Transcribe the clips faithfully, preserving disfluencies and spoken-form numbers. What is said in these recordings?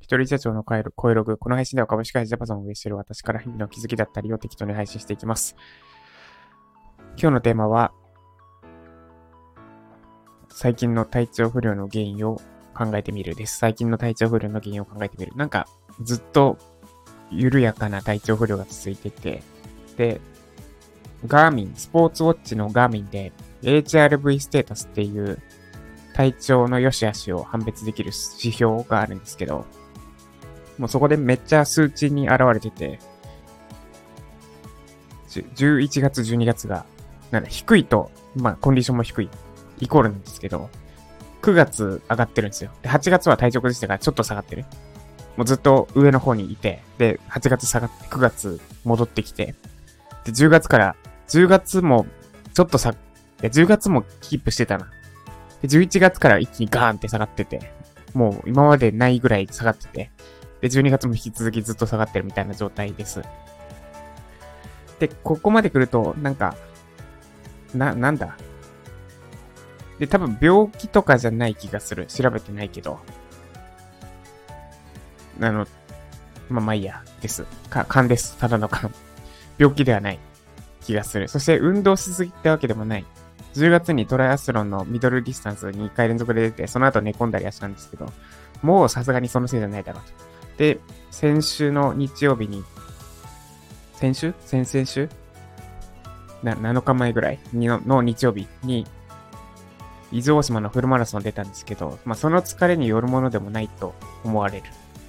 一人社長の声声ログ。この配信では株式会社ジャパソンを運営している私から日々の気づきだったりを適当に配信していきます。今日のテーマは、最近の体調不良の原因を考えてみるです。最近の体調不良の原因を考えてみる。なんか、ずっと緩やかな体調不良が続いてて、で、ガーミン、スポーツウォッチのガーミンで エイチアールブイ ステータスっていう体調の良し悪しを判別できる指標があるんですけど、もうそこでめっちゃ数値に現れてて、じゅういちがつ、じゅうにがつが、なんだ、低いと、まあ、コンディションも低い、イコールなんですけど、くがつ上がってるんですよ。で、はちがつは体調崩してからちょっと下がってる。もうずっと上の方にいて、で、はちがつ下がって、くがつ戻ってきて、で、じゅうがつから、じゅうがつもちょっとさ、いや、じゅうがつもキープしてたな。で、じゅういちがつから一気にガーンって下がってて、もう今までないぐらい下がってて、で、じゅうにがつも引き続きずっと下がってるみたいな状態です。で、ここまで来ると、なんか、な、なんだで、多分病気とかじゃない気がする。調べてないけど。あの、まあ、まあいいや、です。か、勘です。ただの勘。病気ではない気がする。そして運動しすぎってわけでもない。じゅうがつにトライアスロンのミドルディスタンスにいっかい連続で出て、その後寝込んだりはしたんですけど、もうさすがにそのせいじゃないだろうと。で、先週の日曜日に、先週先々週な、なのかまえぐらいのの日曜日に、伊豆大島のフルマラソン出たんですけど、まあ、その疲れによるものでもないと思われる。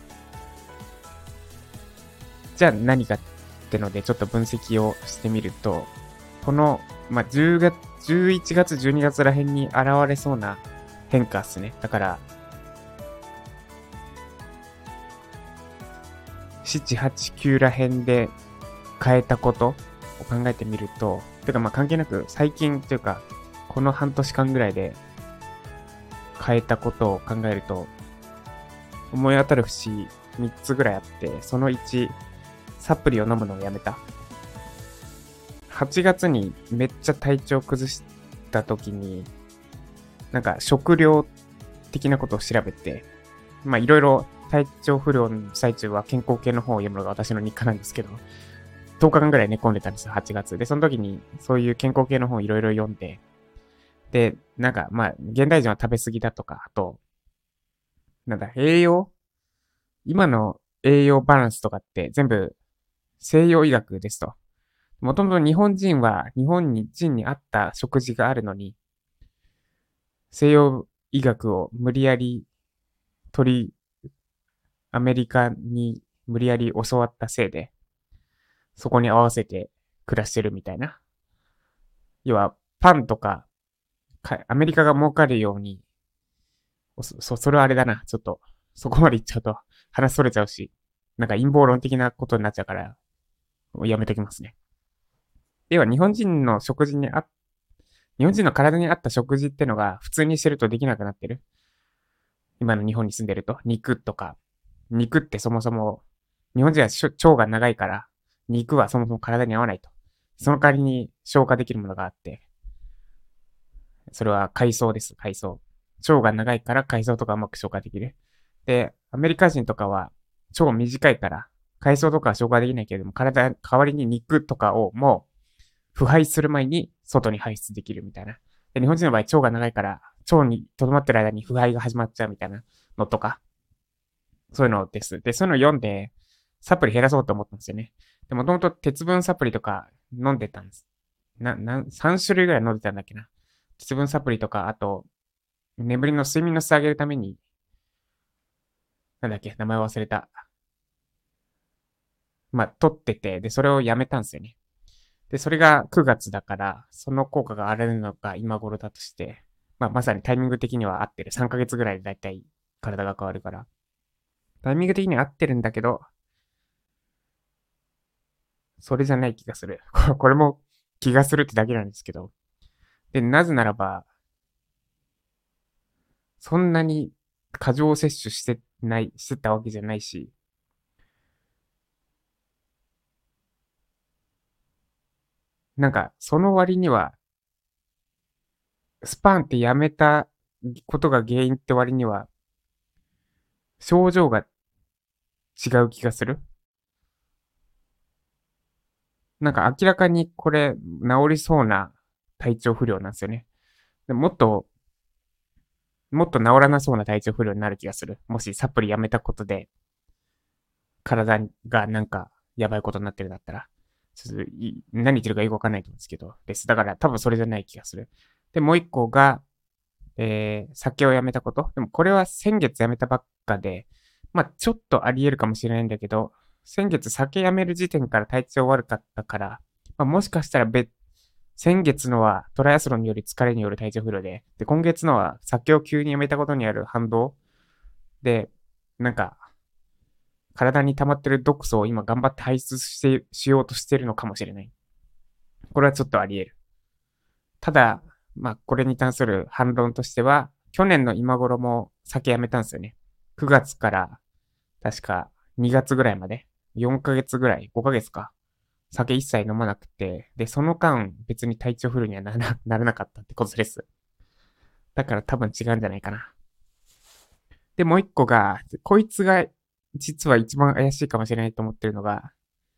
じゃあ何かってのでちょっと分析をしてみると、この、まあ、じゅうがつ、じゅういちがつ、じゅうにがつら辺に現れそうな変化っすね。だから、なな、はち、きゅうら辺で変えたことを考えてみると、てかまあ関係なく最近というか、この半年間ぐらいで変えたことを考えると、思い当たる節みっつぐらいあって、そのいち、サプリを飲むのをやめた。はちがつにめっちゃ体調崩した時に、なんか食料的なことを調べて、まあいろいろ体調不良の最中は健康系の本を読むのが私の日課なんですけど、とおかかんぐらい寝込んでたんですよ、はちがつ。で、その時にそういう健康系の本をいろいろ読んで、で、なんかまあ、現代人は食べ過ぎだとか、あと、なんだ、栄養今の栄養バランスとかって全部西洋医学ですと。もともと日本人は日本に人に合った食事があるのに、西洋医学を無理やり取り、アメリカに無理やり教わったせいで、そこに合わせて暮らしてるみたいな。要は、パンとか、アメリカが儲かるように、そ、それはあれだな。ちょっと、そこまで言っちゃうと話それちゃうし、なんか陰謀論的なことになっちゃうから、やめときますね。では、日本人の食事にあ、日本人の体に合った食事ってのが普通にしてるとできなくなってる。今の日本に住んでると、肉とか、肉ってそもそも、日本人は腸が長いから、肉はそもそも体に合わないと。その代わりに消化できるものがあって、それは海藻です、海藻。腸が長いから海藻とかうまく消化できる。で、アメリカ人とかは腸短いから、海藻とかは消化できないけれども、体、代わりに肉とかをもう、腐敗する前に外に排出できるみたいな。で、日本人の場合腸が長いから、腸に留まってる間に腐敗が始まっちゃうみたいなのとか、そういうのです。で、そういうのを読んで、サプリ減らそうと思ったんですよね。で、もともと鉄分サプリとか飲んでたんです。な、な、さん種類ぐらい飲んでたんだっけな。鉄分サプリとか、あと、眠りの睡眠の質を上げるために、なんだっけ、名前忘れた。まあ、取ってて、で、それをやめたんですよね。で、それがくがつだから、その効果があれるのが今頃だとして、まあ、まさにタイミング的には合ってる。さんかげつぐらいでだいたい体が変わるから。タイミング的には合ってるんだけど、それじゃない気がする。これも気がするってだけなんですけど。で、なぜならば、そんなに過剰摂取してない、してたわけじゃないし、なんか、その割には、スパンってやめたことが原因って割には、症状が違う気がする。なんか明らかにこれ治りそうな体調不良なんですよね。でもっと、もっと治らなそうな体調不良になる気がする。もしサプリやめたことで体がなんかやばいことになってるんだったら。ちょっと何言ってるかよくわかんないと思うんですけど、です。だから多分それじゃない気がする。で、もう一個が、えー、酒をやめたこと。でもこれは先月やめたばっかで、まあちょっとあり得るかもしれないんだけど、先月酒やめる時点から体調悪かったから、まあ、もしかしたら別、先月のはトライアスロンにより疲れによる体調不良で、で、今月のは酒を急にやめたことによる反動で、なんか、体に溜まってる毒素を今頑張って排出して、しようとしてるのかもしれない。これはちょっとあり得る。ただ、まあ、これに関する反論としては、去年の今頃も酒やめたんですよね。くがつから確かにがつぐらいまで、よんかげつぐらい、ごかげつか。酒一切飲まなくて、で、その間別に体調不良にはならならなかったってことです。だから多分違うんじゃないかな。で、もう一個が、こいつが実は一番怪しいかもしれないと思ってるのが、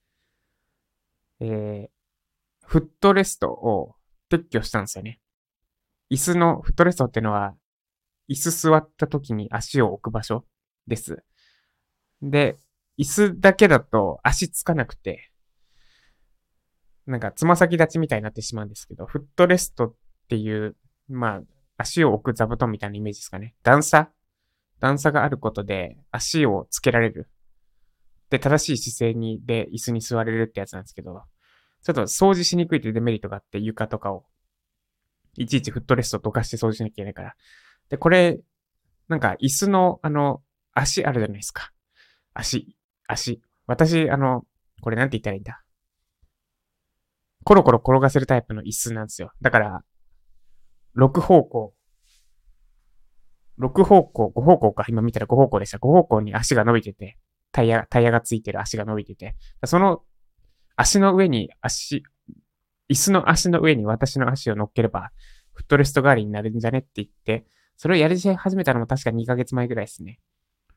えー、フットレストを撤去したんですよね。椅子の、フットレストっていうのは、椅子座った時に足を置く場所です。で、椅子だけだと足つかなくて、なんかつま先立ちみたいになってしまうんですけど、フットレストっていう、まあ、足を置く座布団みたいなイメージですかね。段差段差があることで足をつけられる。で、正しい姿勢に、で、椅子に座れるってやつなんですけど、ちょっと掃除しにくいってデメリットがあって、床とかを、いちいちフットレストとかして掃除しなきゃいけないから。で、これ、なんか椅子の、あの、足あるじゃないですか。足、足。私、あの、これなんて言ったらいいんだ。コロコロ転がせるタイプの椅子なんですよ。だから、ろく方向、ろく方向、ご方向か、今見たらご方向でした。ご方向に足が伸びてて、タイヤ、タイヤがついてる足が伸びてて、その足の上に足、椅子の足の上に私の足を乗っければ、フットレスト代わりになるんじゃねって言って、それをやり始めたのも確かにかげつまえぐらいですね。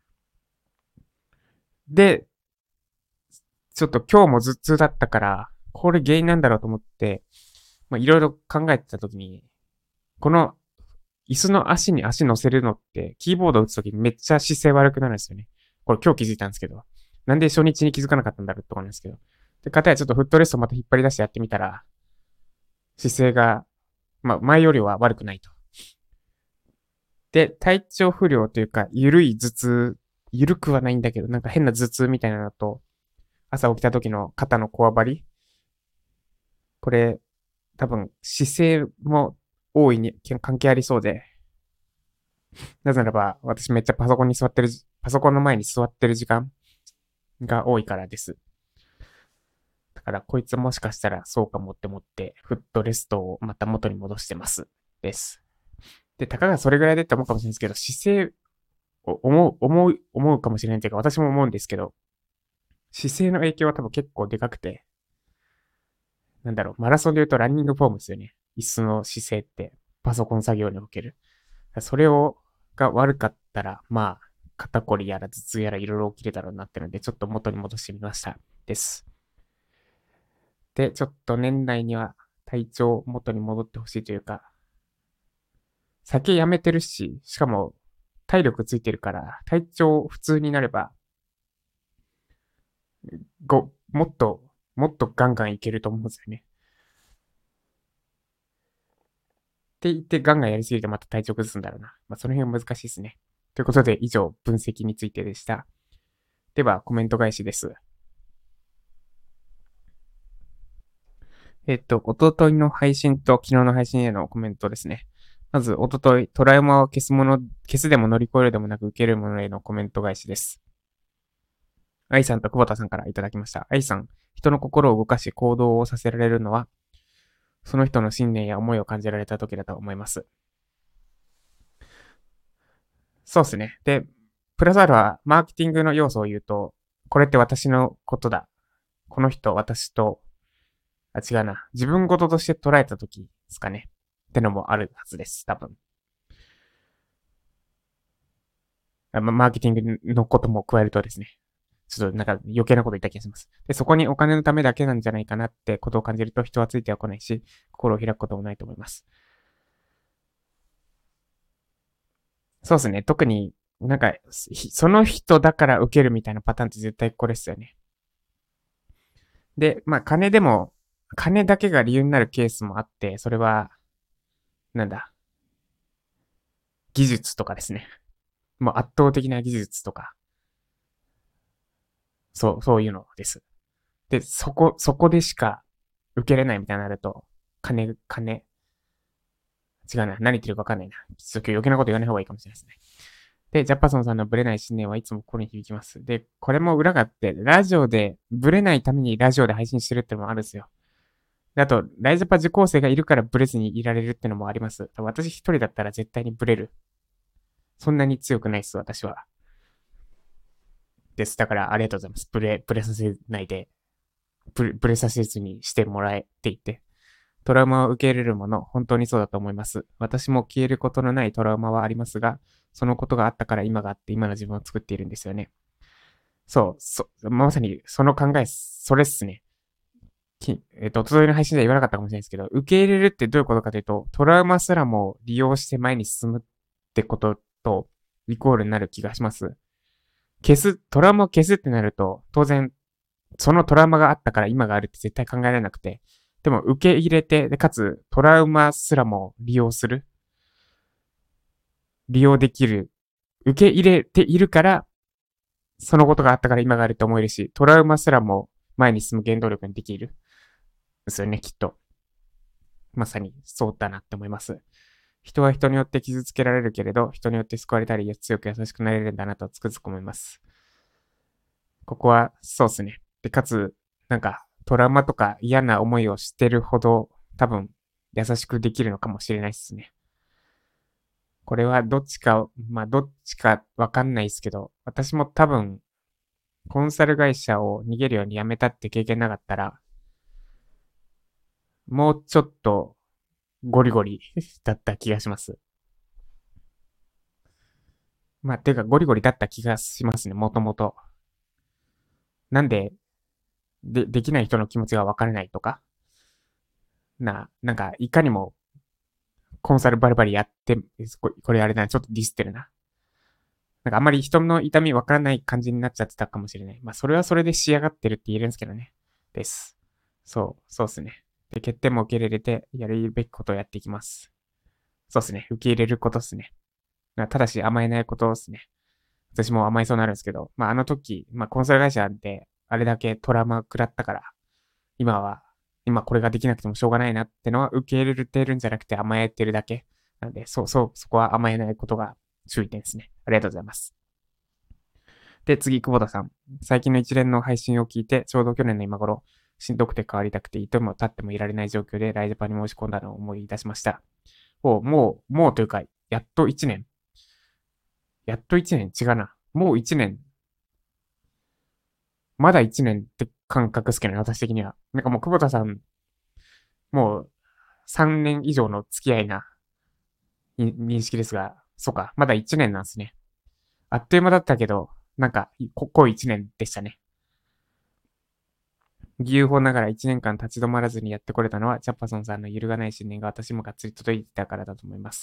で、ちょっと今日も頭痛だったから、これ原因なんだろうと思って、まあいろいろ考えてたときに、この椅子の足に足乗せるのって、キーボードを打つときめっちゃ姿勢悪くなるんですよね。これ今日気づいたんですけど。なんで初日に気づかなかったんだろうと思うんですけど。で、かたやちょっとフットレストまた引っ張り出してやってみたら、姿勢が、まあ前よりは悪くないと。で、体調不良というか、ゆるい頭痛、ゆるくはないんだけど、なんか変な頭痛みたいなのと、朝起きた時の肩のこわばり。これ、多分姿勢も大いに関係ありそうで、なぜならば、私めっちゃパソコンに座ってる、パソコンの前に座ってる時間が多いからです。だから、こいつもしかしたらそうかもって思って、フットレストをまた元に戻してます。です。で、たかがそれぐらいでって思うかもしれないですけど、姿勢を思う、思う、思うかもしれないというか、私も思うんですけど、姿勢の影響は多分結構でかくて、なんだろう、マラソンで言うとランニングフォームですよね。椅子の姿勢って、パソコン作業における。それを、が悪かったら、まあ、肩こりやら頭痛やらいろいろ起きるだろうなってので、ちょっと元に戻してみました。です。で、ちょっと年内には体調元に戻ってほしいというか、酒やめてるし、しかも体力ついてるから、体調普通になれば、ご、もっと、もっとガンガンいけると思うんですよね。って言ってガンガンやりすぎてまた体調崩すんだろうな。まあ、その辺は難しいですね。ということで、以上、分析についてでした。では、コメント返しです。えっと、おとといの配信と昨日の配信へのコメントですね。まず、おととい、トラウマを消すもの、消すでも乗り越えるでもなく受けるものへのコメント返しです。愛さんと久保田さんからいただきました。愛さん、人の心を動かし行動をさせられるのは、その人の信念や思いを感じられた時だと思います。そうですね。で、プラスアルファ、マーケティングの要素を言うと、これって私のことだ。この人、私と、あ、違うな。自分事として捉えた時ですかね。ってのもあるはずです。多分。マーケティングのことも加えるとですね。 ちょっとなんか余計なこと言った気がします。で、そこにお金のためだけなんじゃないかなってことを感じると人はついては来ないし、心を開くこともないと思います。そうですね。特になんか、その人だから受けるみたいなパターンって絶対これっすよね。で、まあ金でも、金だけが理由になるケースもあって、それは、なんだ、技術とかですね。もう圧倒的な技術とか、そう、そういうのです。で、そこ、そこでしか受けれないみたいになると、金、金、違うな。何言ってるかわかんないな。ちょっと今日余計なこと言わない方がいいかもしれないですね。で、ジャパソンさんのブレない信念はいつも心に響きます。で、これも裏があって、ラジオで、ブレないためにラジオで配信してるってのもあるんですよ。で、あと、ライジャパ受講生がいるからブレずにいられるってのもあります。私一人だったら絶対にブレる。そんなに強くないです、私は。です。だからありがとうございます。ブレ、ブレさせないで、ブレ、ブレさせずにしてもらえていて。トラウマを受け入れるもの、本当にそうだと思います。私も消えることのないトラウマはありますが、そのことがあったから今があって今の自分を作っているんですよね。そう、そ、まさにその考え、それっすね。きえっと、おとといの配信では言わなかったかもしれないですけど、受け入れるってどういうことかというと、トラウマすらも利用して前に進むってことと、イコールになる気がします。消す、トラウマを消すってなると、当然、そのトラウマがあったから今があるって絶対考えられなくて、でも受け入れて、で、かつトラウマすらも利用する、利用できる、受け入れているから、そのことがあったから今があると思えるし、トラウマすらも前に進む原動力にできる。ですよね、きっと。まさにそうだなって思います。人は人によって傷つけられるけれど、人によって救われたり、強く優しくなれるんだなとつくづく思います。ここは、そうですね。で、かつ、なんか、トラウマとか嫌な思いをしてるほど、多分、優しくできるのかもしれないですね。これはどっちか、まあ、どっちかわかんないですけど、私も多分、コンサル会社を逃げるように辞めたって経験なかったら、もうちょっとゴリゴリだった気がします。まあ、ていうかゴリゴリだった気がしますね、もともと。なんで、で、できない人の気持ちがわからないとか、な、なんか、いかにもコンサルバリバリやって、これあれだな、ちょっとディスってるな。なんかあんまり人の痛みわからない感じになっちゃってたかもしれない。まあ、それはそれで仕上がってるって言えるんですけどね。です。そう、そうっすね。で、欠点も受け入れて、やるべきことをやっていきます。そうっすね。受け入れることっすね。ただし甘えないことっすね。私も甘えそうになるんですけど、まあ、あの時、まあ、コンサル会社で、あれだけトラウマ食らったから、今は、今これができなくてもしょうがないなってのは受け入れてるんじゃなくて甘えてるだけ。なんで、そうそう、そこは甘えないことが注意点ですね。ありがとうございます。で、次、久保田さん。最近の一連の配信を聞いて、ちょうど去年の今頃、しんどくて変わりたくて、いても立ってもいられない状況でライジャパンに申し込んだのを思い出しました。おもう、もうというか、やっといちねん。やっといちねん違うな。もういちねん。まだいちねんって感覚っすけどね、私的には。なんかもう久保田さん、もうさんねん以上の付き合いな認識ですが、そうか、まだいちねんなんですね。あっという間だったけど、なんか、ここいちねんでしたね。義勇法ながらいちねんかん立ち止まらずにやってこれたのは、チャッパソンさんの揺るがない信念が私もがっつり届いてたからだと思います。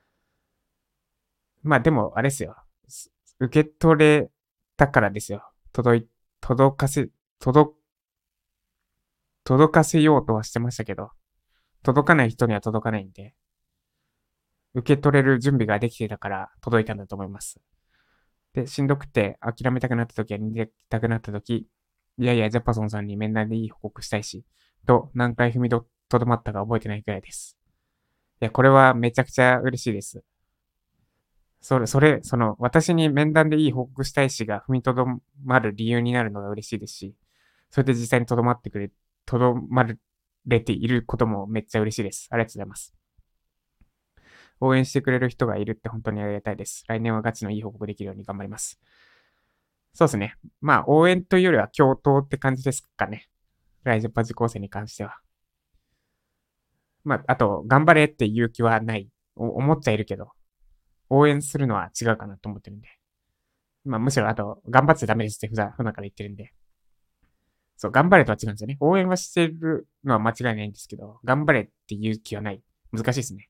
まあでも、あれですよ。受け取れたからですよ。届い、届かせ、届、届かせようとはしてましたけど、届かない人には届かないんで、受け取れる準備ができてたから届いたんだと思います。で、しんどくて諦めたくなった時や逃げたくなった時、いやいや、ジャパソンさんに面談でいい報告したいし、と何回踏みとどまったか覚えてないくらいです。いや、これはめちゃくちゃ嬉しいです。それ、それ、その、私に面談でいい報告したいしが踏みとどまる理由になるのが嬉しいですし、それで実際にとどまってくれ、とどまれていることもめっちゃ嬉しいです。ありがとうございます。応援してくれる人がいるって本当にありがたいです。来年はガチのいい報告できるように頑張ります。そうですね。まあ、応援というよりは共闘って感じですかね。ライジャパ受講生に関しては。まあ、あと、頑張れっていう気はない。思っちゃいるけど、応援するのは違うかなと思ってるんで。 まあむしろあと、頑張っちゃダメですって普段、普段から言ってるんで。そう、頑張れとは違うんですよね。応援はしてるのは間違いないんですけど、頑張れっていう気はない。難しいですね。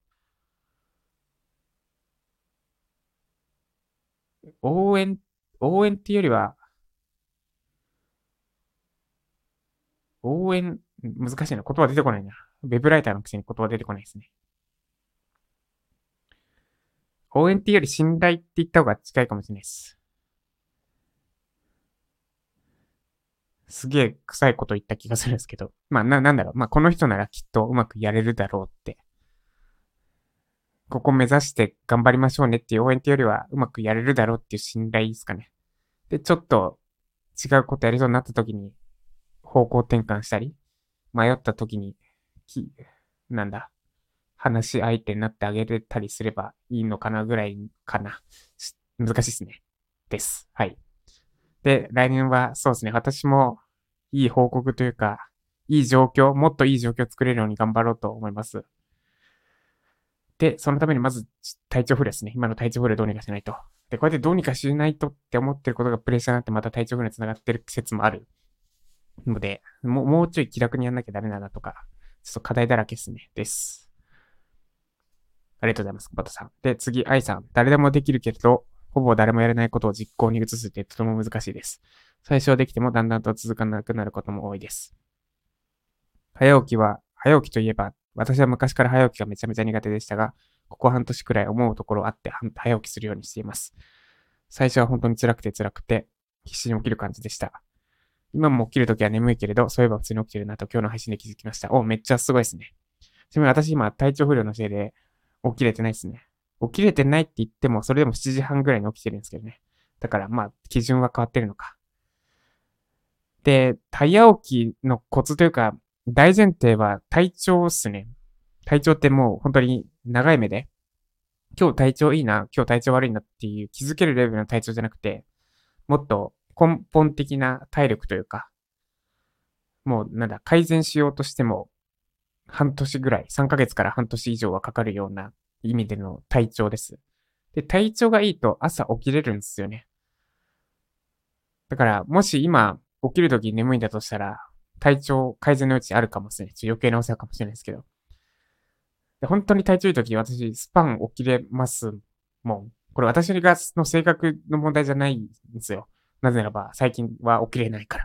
応援、応援っていうよりは、応援、難しいな。言葉出てこないな。ウェブライターのくせに言葉出てこないですね。応援っていうより信頼って言った方が近いかもしれないです。すげえ臭いこと言った気がするんですけど。まあ、な、なんだろう。まあ、この人ならきっとうまくやれるだろうって。ここ目指して頑張りましょうねっていう応援っていうよりは、うまくやれるだろうっていう信頼ですかね。で、ちょっと違うことやりそうになった時に方向転換したり、迷った時に、き、なんだ、話し相手になってあげれたりすればいいのかなぐらいかな。難しいですね。です。はい。で、来年はそうですね。私もいい報告というか、いい状況、もっといい状況を作れるように頑張ろうと思います。で、そのためにまず体調不良ですね。今の体調不良どうにかしないと。で、こうやってどうにかしないとって思ってることがプレッシャーになってまた体調不良につながってる説もあるので、もう、もうちょい気楽にやんなきゃダメなんだとか、ちょっと課題だらけですね。です。ありがとうございます、バトさん。で、次、アイさん。誰でもできるけれど、ほぼ誰もやれないことを実行に移すってとても難しいです。最初はできてもだんだんと続かなくなることも多いです。早起きは、早起きといえば、私は昔から早起きがめちゃめちゃ苦手でしたが、ここ半年くらい思うところあって早起きするようにしています。最初は本当に辛くて辛くて、必死に起きる感じでした。今も起きるときは眠いけれど、そういえば普通に起きてるなと今日の配信で気づきました。お、めっちゃすごいですね。ちなみに私今体調不良のせいで起きれてないですね。起きれてないって言っても、それでもしちじはんぐらいに起きてるんですけどね。だからまあ、基準は変わってるのか。で、早起きのコツというか、大前提は体調っすね。体調ってもう本当に長い目で、今日体調いいな、今日体調悪いなっていう気づけるレベルの体調じゃなくて、もっと根本的な体力というか、もうなんだ、改善しようとしても、半年ぐらい、さんかげつから半年以上はかかるような意味での体調です。で、体調がいいと朝起きれるんですよね。だから、もし今、起きるとき眠いんだとしたら、体調改善の余地あるかもしれない。ちょっと余計なお世話かもしれないですけど。で本当に体調いいとき、私、スパン起きれますもん。これ私がの性格の問題じゃないんですよ。なぜならば、最近は起きれないから。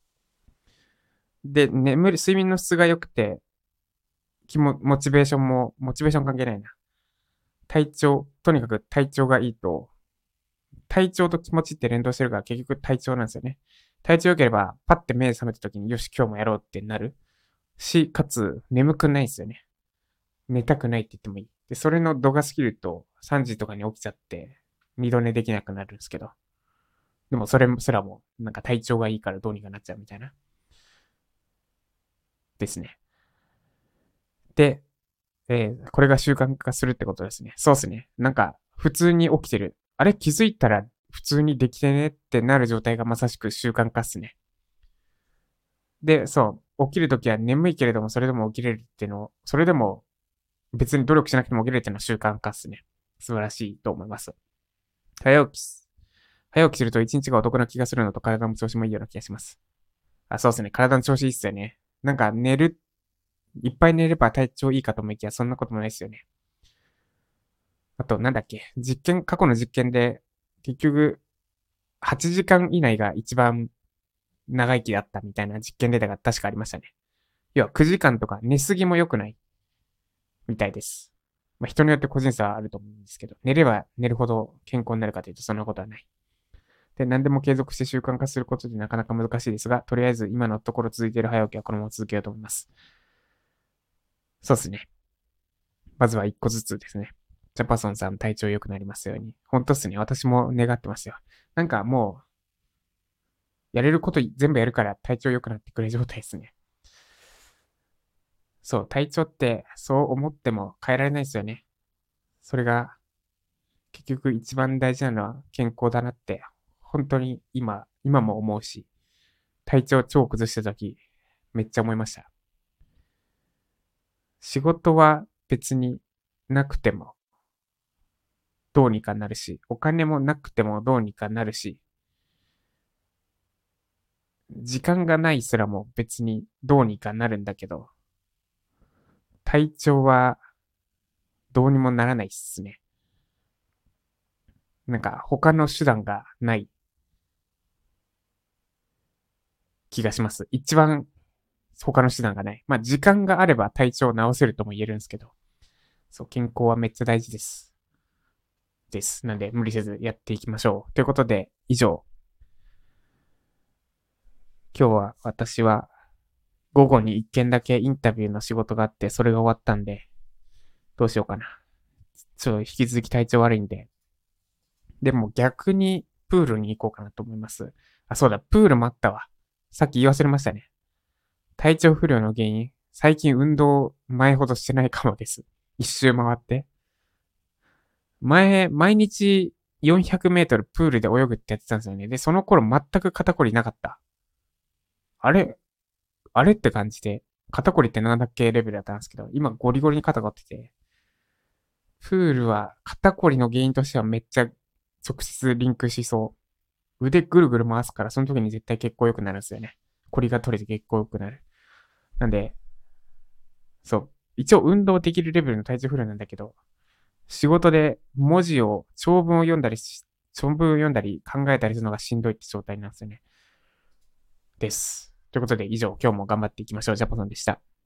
で、眠る、睡眠の質が良くて、気も、モチベーションも、モチベーション関係ないな。体調、とにかく体調がいいと、体調と気持ちって連動してるから結局体調なんですよね。体調良ければ、パッて目覚めた時によし、今日もやろうってなるし、かつ、眠くないですよね。寝たくないって言ってもいい。で、それの度が過ぎると、さんじとかに起きちゃって、二度寝できなくなるんですけど。でも、それすらも、なんか体調がいいからどうにかなっちゃうみたいな。ですね。で、えーこれが習慣化するってことですね。そうですね。なんか、普通に起きてる。あれ気づいたら普通にできてねってなる状態がまさしく習慣化っすね。で、そう、起きるときは眠いけれども、それでも起きれるっていうのを、それでも別に努力しなくても起きれるっていうのは習慣化っすね。素晴らしいと思います。早起きす、早起きすると一日がお得な気がするのと体の調子もいいような気がします。あ、そうですね。体の調子いいっすよね。なんか寝る、いっぱい寝れば体調いいかと思いきや、そんなこともないっすよね。あと、なんだっけ、実験、過去の実験で、結局、はちじかん以内が一番長生きだったみたいな実験データが確かありましたね。要はくじかんとか寝すぎも良くないみたいです。まあ、人によって個人差はあると思うんですけど、寝れば寝るほど健康になるかというとそんなことはない。で、何でも継続して習慣化することでなかなか難しいですが、とりあえず今のところ続いている早起きはこのまま続けようと思います。そうですね。まずはいっこずつですね。ジャパソンさん体調良くなりますように。本当っすね。私も願ってますよ。なんかもう、やれること全部やるから体調良くなってくれる状態ですね。そう、体調ってそう思っても変えられないですよね。それが結局一番大事なのは健康だなって、本当に今、今も思うし、体調超崩した時、めっちゃ思いました。仕事は別になくても、 どうにかなるし、お金もなくてもどうにかなるし、時間がないすらも別にどうにかなるんだけど、体調はどうにもならないっすね。なんか他の手段がない気がします。一番他の手段がない。まあ時間があれば体調を治せるとも言えるんですけど、そう、健康はめっちゃ大事です。です。なんで無理せずやっていきましょう。ということで、以上。今日は私は午後に一件だけインタビューの仕事があって、それが終わったんで、どうしようかな。ちょっと引き続き体調悪いんで。でも逆にプールに行こうかなと思います。あ、そうだ、プールもあったわ。さっき言い忘れましたね。体調不良の原因、最近運動前ほどしてないかもです。一周回って。前、毎日よんひゃくメートルプールで泳ぐってやってたんですよね。で、その頃全く肩こりなかった。あれあれって感じで、肩こりってなんだっけレベルだったんですけど、今ゴリゴリに肩が凝ってて、プールは肩こりの原因としてはめっちゃ直接リンクしそう。腕ぐるぐる回すから、その時に絶対血行良くなるんですよね。コリが取れて血行良くなる。なんで、そう。一応運動できるレベルの体調不良なんだけど、仕事で文字を、長文を読んだり長文を読んだり考えたりするのがしんどいって状態なんですよね。です。ということで以上、今日も頑張っていきましょう。ジャパソンでした。